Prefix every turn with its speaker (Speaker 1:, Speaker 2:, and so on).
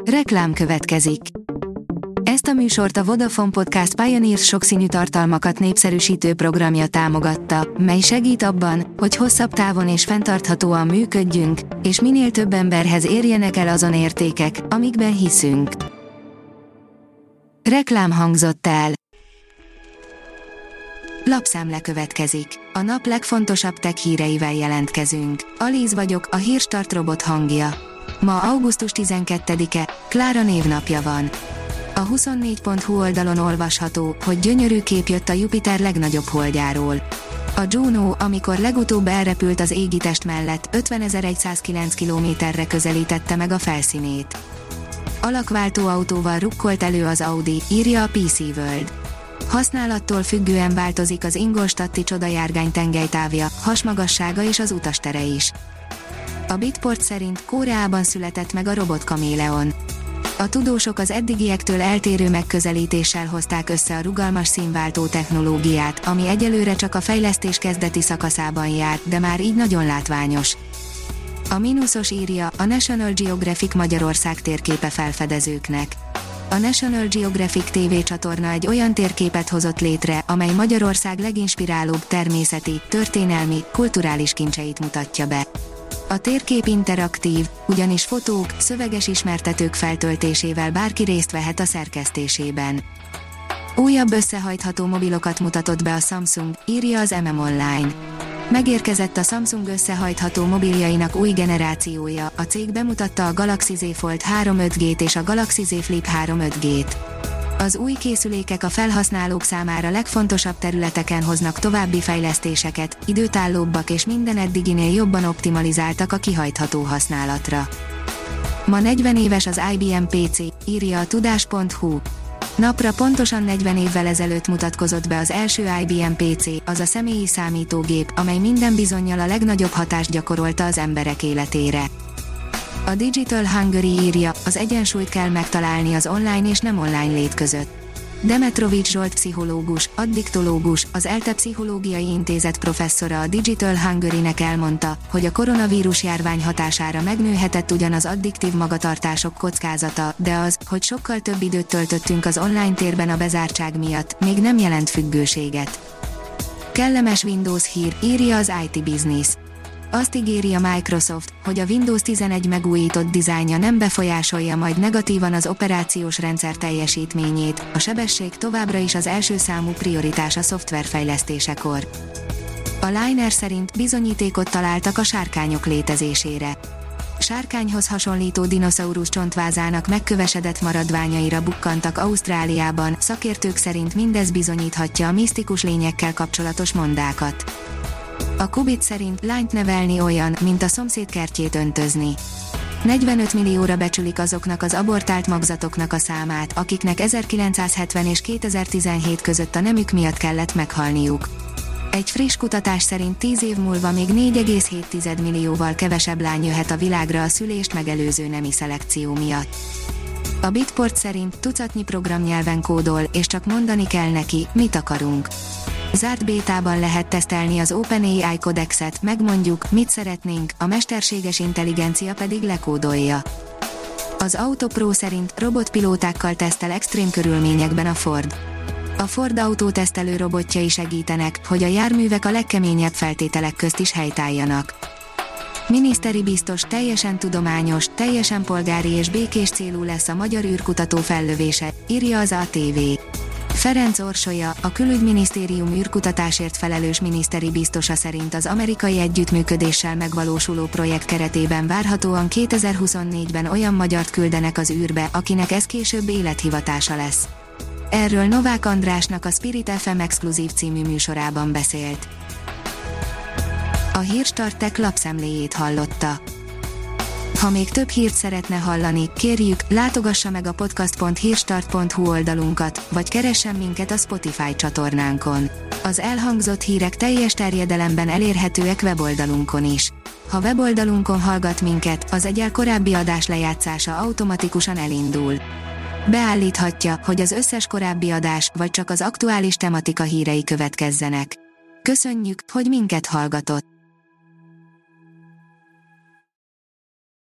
Speaker 1: Reklám következik. Ezt a műsort a Vodafone Podcast Pioneers sokszínű tartalmakat népszerűsítő programja támogatta, mely segít abban, hogy hosszabb távon és fenntarthatóan működjünk, és minél több emberhez érjenek el azon értékek, amikben hiszünk. Reklám hangzott el. Lapszemle következik. A nap legfontosabb tech híreivel jelentkezünk. Alíz vagyok, a Hírstart robot hangja. Ma augusztus 12-e, Klára névnapja van. A 24.hu oldalon olvasható, hogy gyönyörű kép jött a Jupiter legnagyobb holdjáról. A Juno, amikor legutóbb elrepült az égitest mellett, 50.109 kilométerre közelítette meg a felszínét. Alakváltó autóval rukkolt elő az Audi, írja a PC World. Használattól függően változik az ingolstadti csodajárgány tengelytávja, hasmagassága és az utastere is. A Bitport szerint Koreában született meg a robot kaméleon. A tudósok az eddigiektől eltérő megközelítéssel hozták össze a rugalmas színváltó technológiát, ami egyelőre csak a fejlesztés kezdeti szakaszában jár, de már így nagyon látványos. A mínuszos írja, a National Geographic Magyarország térképe felfedezőknek. A National Geographic TV csatorna egy olyan térképet hozott létre, amely Magyarország leginspirálóbb természeti, történelmi, kulturális kincseit mutatja be. A térkép interaktív, ugyanis fotók, szöveges ismertetők feltöltésével bárki részt vehet a szerkesztésében. Újabb összehajtható mobilokat mutatott be a Samsung, írja az MM Online. Megérkezett a Samsung összehajtható mobiljainak új generációja, a cég bemutatta a Galaxy Z Fold 3 5G-t és a Galaxy Z Flip 3 5G-t. Az új készülékek a felhasználók számára legfontosabb területeken hoznak további fejlesztéseket, időtállóbbak és minden eddiginél jobban optimalizáltak a kihajtható használatra. Ma 40 éves az IBM PC, írja a tudás.hu. Napra pontosan 40 évvel ezelőtt mutatkozott be az első IBM PC, az a személyi számítógép, amely minden bizonnyal a legnagyobb hatást gyakorolta az emberek életére. A Digital Hungary írja, az egyensúlyt kell megtalálni az online és nem online lét között. Demetrovics Zsolt pszichológus, addiktológus, az ELTE Pszichológiai Intézet professzora a Digital Hungary-nek elmondta, hogy a koronavírus járvány hatására megnőhetett ugyan az addiktív magatartások kockázata, de az, hogy sokkal több időt töltöttünk az online térben a bezártság miatt, még nem jelent függőséget. Kellemes Windows hír, írja az IT Business. Azt ígéri a Microsoft, hogy a Windows 11 megújított dizájnja nem befolyásolja majd negatívan az operációs rendszer teljesítményét, a sebesség továbbra is az első számú prioritás a szoftverfejlesztésekor. A Liner szerint bizonyítékot találtak a sárkányok létezésére. Sárkányhoz hasonlító dinoszaurusz csontvázának megkövesedett maradványaira bukkantak Ausztráliában, szakértők szerint mindez bizonyíthatja a misztikus lényekkel kapcsolatos mondákat. A Kubit szerint lányt nevelni olyan, mint a szomszéd kertjét öntözni. 45 millióra becsülik azoknak az abortált magzatoknak a számát, akiknek 1970 és 2017 között a nemük miatt kellett meghalniuk. Egy friss kutatás szerint 10 év múlva még 4,7 millióval kevesebb lány jöhet a világra a szülést megelőző nemi szelekció miatt. A Bitport szerint tucatnyi programnyelven kódol, és csak mondani kell neki, mit akarunk. Zárt bétában lehet tesztelni az OpenAI Codexet, megmondjuk, mit szeretnénk, a mesterséges intelligencia pedig lekódolja. Az Autopro szerint robotpilótákkal tesztel extrém körülményekben a Ford. A Ford autótesztelő robotjai segítenek, hogy a járművek a legkeményebb feltételek közt is helytálljanak. Miniszteri biztos, teljesen tudományos, teljesen polgári és békés célú lesz a magyar űrkutató fellövése, írja az ATV. Ferenc Orsolya, a Külügyminisztérium űrkutatásért felelős miniszteri biztosa szerint az amerikai együttműködéssel megvalósuló projekt keretében várhatóan 2024-ben olyan magyart küldenek az űrbe, akinek ez később élethivatása lesz. Erről Novák Andrásnak a Spirit FM exkluzív című műsorában beszélt. A Hírstart Tech lapszemléjét hallotta. Ha még több hírt szeretne hallani, kérjük, látogassa meg a podcast.hírstart.hu oldalunkat, vagy keressen minket a Spotify csatornánkon. Az elhangzott hírek teljes terjedelemben elérhetőek weboldalunkon is. Ha weboldalunkon hallgat minket, az egyel korábbi adás lejátszása automatikusan elindul. Beállíthatja, hogy az összes korábbi adás, vagy csak az aktuális tematika hírei következzenek. Köszönjük, hogy minket hallgatott!